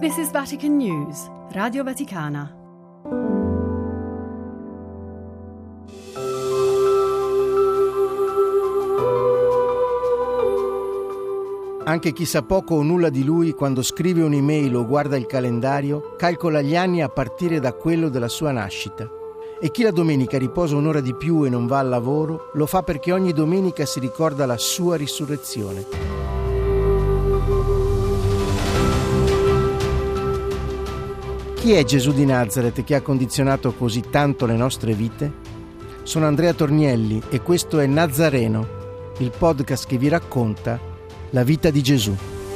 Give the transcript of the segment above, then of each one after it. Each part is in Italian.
This is Vatican News, Radio Vaticana. Anche chi sa poco o nulla di lui, quando scrive un'email o guarda il calendario, calcola gli anni a partire da quello della sua nascita. E chi la domenica riposa un'ora di più e non va al lavoro, lo fa perché ogni domenica si ricorda la sua risurrezione. Chi è Gesù di Nazareth che ha condizionato così tanto le nostre vite? Sono Andrea Tornielli e questo è Nazareno, il podcast che vi racconta la vita di Gesù.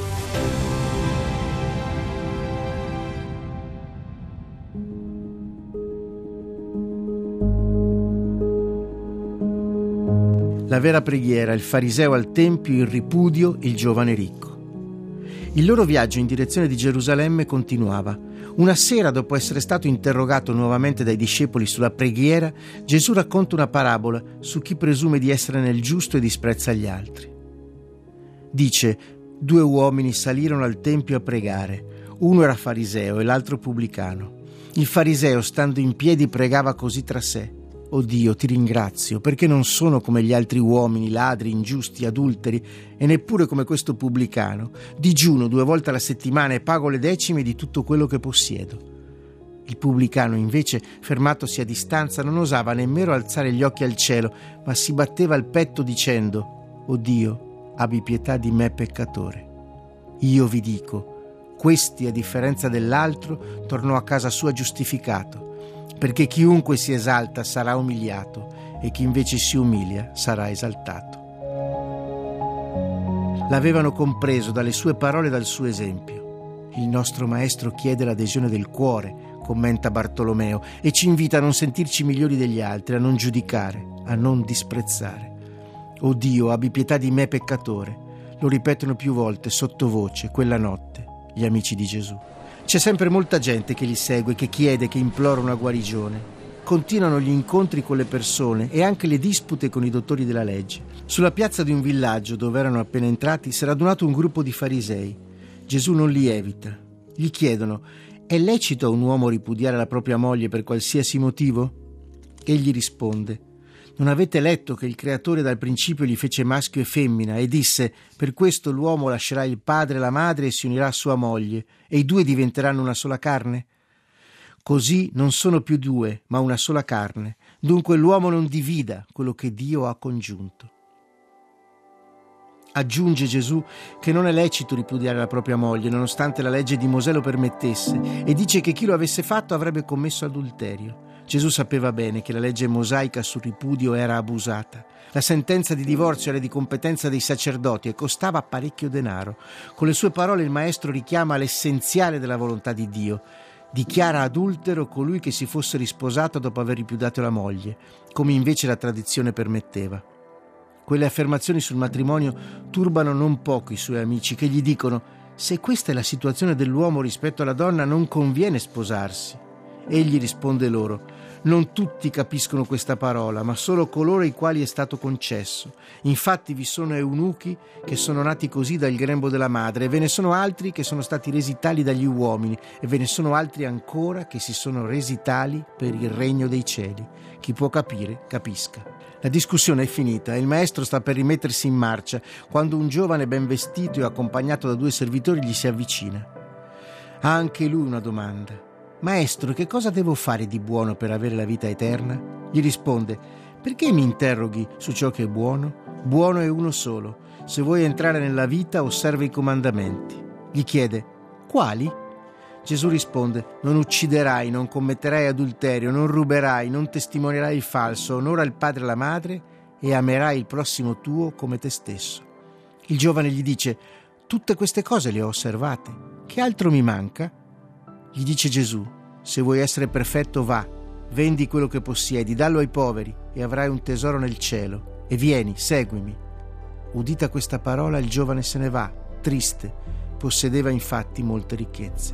La vera preghiera, il fariseo al tempio, il ripudio, il giovane ricco. Il loro viaggio in direzione di Gerusalemme continuava. Una sera, dopo essere stato interrogato nuovamente dai discepoli sulla preghiera, Gesù racconta una parabola su chi presume di essere nel giusto e disprezza gli altri. Dice: 2 uomini salirono al tempio a pregare. Uno era fariseo e l'altro pubblicano. Il fariseo, stando in piedi, pregava così tra sé: «O Dio, ti ringrazio, perché non sono come gli altri uomini, ladri, ingiusti, adulteri, e neppure come questo pubblicano. Digiuno 2 volte alla settimana e pago le decime di tutto quello che possiedo». Il pubblicano, invece, fermatosi a distanza, non osava nemmeno alzare gli occhi al cielo, ma si batteva il petto dicendo: «O Dio, abbi pietà di me peccatore». Io vi dico, questi, a differenza dell'altro, tornò a casa sua giustificato, perché chiunque si esalta sarà umiliato e chi invece si umilia sarà esaltato. L'avevano compreso dalle sue parole e dal suo esempio. Il nostro maestro chiede l'adesione del cuore, commenta Bartolomeo, e ci invita a non sentirci migliori degli altri, a non giudicare, a non disprezzare. «O Dio, abbi pietà di me peccatore», lo ripetono più volte sottovoce quella notte gli amici di Gesù. C'è sempre molta gente che li segue, che chiede, che implora una guarigione. Continuano gli incontri con le persone e anche le dispute con i dottori della legge. Sulla piazza di un villaggio dove erano appena entrati si è radunato un gruppo di farisei. Gesù non li evita. Gli chiedono: «È lecito a un uomo ripudiare la propria moglie per qualsiasi motivo?» Egli risponde: «Non avete letto che il Creatore dal principio li fece maschio e femmina e disse: per questo l'uomo lascerà il padre e la madre e si unirà a sua moglie e i 2 diventeranno una sola carne? Così non sono più 2 ma una sola carne. Dunque l'uomo non divida quello che Dio ha congiunto». Aggiunge Gesù che non è lecito ripudiare la propria moglie nonostante la legge di Mosè lo permettesse, e dice che chi lo avesse fatto avrebbe commesso adulterio. Gesù sapeva bene che la legge mosaica sul ripudio era abusata. La sentenza di divorzio era di competenza dei sacerdoti e costava parecchio denaro. Con le sue parole il maestro richiama l'essenziale della volontà di Dio. Dichiara adultero colui che si fosse risposato dopo aver ripudiato la moglie, come invece la tradizione permetteva. Quelle affermazioni sul matrimonio turbano non poco i suoi amici, che gli dicono: «Se questa è la situazione dell'uomo rispetto alla donna, non conviene sposarsi». Egli risponde loro: «Non tutti capiscono questa parola, ma solo coloro ai quali è stato concesso. Infatti vi sono eunuchi che sono nati così dal grembo della madre, e ve ne sono altri che sono stati resi tali dagli uomini, e ve ne sono altri ancora che si sono resi tali per il regno dei cieli. Chi può capire, capisca». La discussione è finita e il maestro sta per rimettersi in marcia quando un giovane ben vestito e accompagnato da 2 servitori gli si avvicina. Ha anche lui una domanda: «Maestro, che cosa devo fare di buono per avere la vita eterna?» Gli risponde: «Perché mi interroghi su ciò che è buono? Buono è uno solo. Se vuoi entrare nella vita, osserva i comandamenti». Gli chiede: «Quali?» Gesù risponde: «Non ucciderai, non commetterai adulterio, non ruberai, non testimonierai il falso, onora il padre e la madre e amerai il prossimo tuo come te stesso». Il giovane gli dice: «Tutte queste cose le ho osservate. Che altro mi manca?» Gli dice Gesù: «Se vuoi essere perfetto, va, vendi quello che possiedi, dallo ai poveri e avrai un tesoro nel cielo, e vieni, seguimi». Udita questa parola, il giovane se ne va, triste, possedeva infatti molte ricchezze.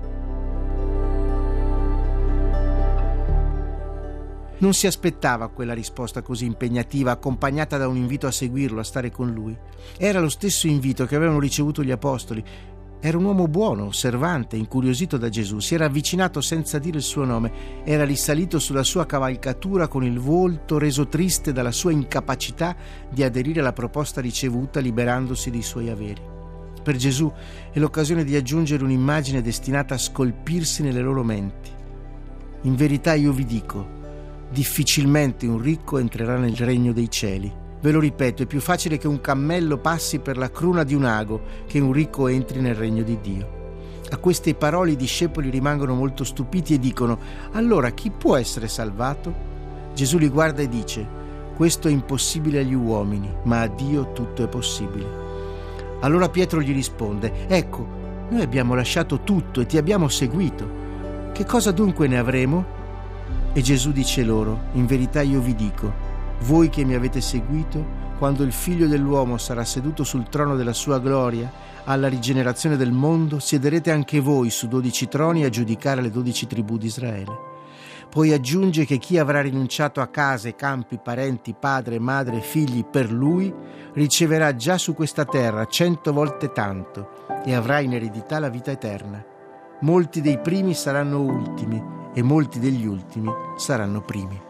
Non si aspettava quella risposta così impegnativa, accompagnata da un invito a seguirlo, a stare con lui. Era lo stesso invito che avevano ricevuto gli apostoli. Era un uomo buono, osservante, incuriosito da Gesù. Si era avvicinato senza dire il suo nome. Era risalito sulla sua cavalcatura con il volto reso triste dalla sua incapacità di aderire alla proposta ricevuta, liberandosi dei suoi averi. Per Gesù è l'occasione di aggiungere un'immagine destinata a scolpirsi nelle loro menti. In verità io vi dico, difficilmente un ricco entrerà nel regno dei cieli. Ve lo ripeto, è più facile che un cammello passi per la cruna di un ago che un ricco entri nel regno di Dio. A queste parole i discepoli rimangono molto stupiti e dicono: allora chi può essere salvato? Gesù li guarda e dice: questo è impossibile agli uomini, ma a Dio tutto è possibile. Allora Pietro gli risponde: ecco, noi abbiamo lasciato tutto e ti abbiamo seguito. Che cosa dunque ne avremo? E Gesù dice loro: in verità io vi dico, voi che mi avete seguito, quando il Figlio dell'uomo sarà seduto sul trono della sua gloria, alla rigenerazione del mondo, siederete anche voi su 12 troni a giudicare le 12 tribù di Israele. Poi aggiunge che chi avrà rinunciato a case, campi, parenti, padre, madre, figli per lui, riceverà già su questa terra 100 volte tanto e avrà in eredità la vita eterna. Molti dei primi saranno ultimi e molti degli ultimi saranno primi.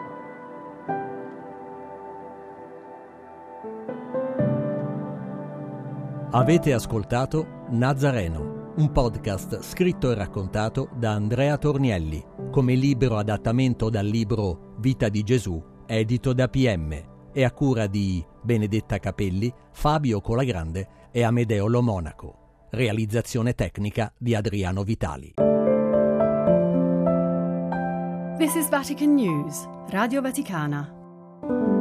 Avete ascoltato Nazareno, un podcast scritto e raccontato da Andrea Tornielli, come libero adattamento dal libro Vita di Gesù, edito da PM, e a cura di Benedetta Capelli, Fabio Colagrande e Amedeo Lo Monaco. Realizzazione tecnica di Adriano Vitali. This is Vatican News, Radio Vaticana.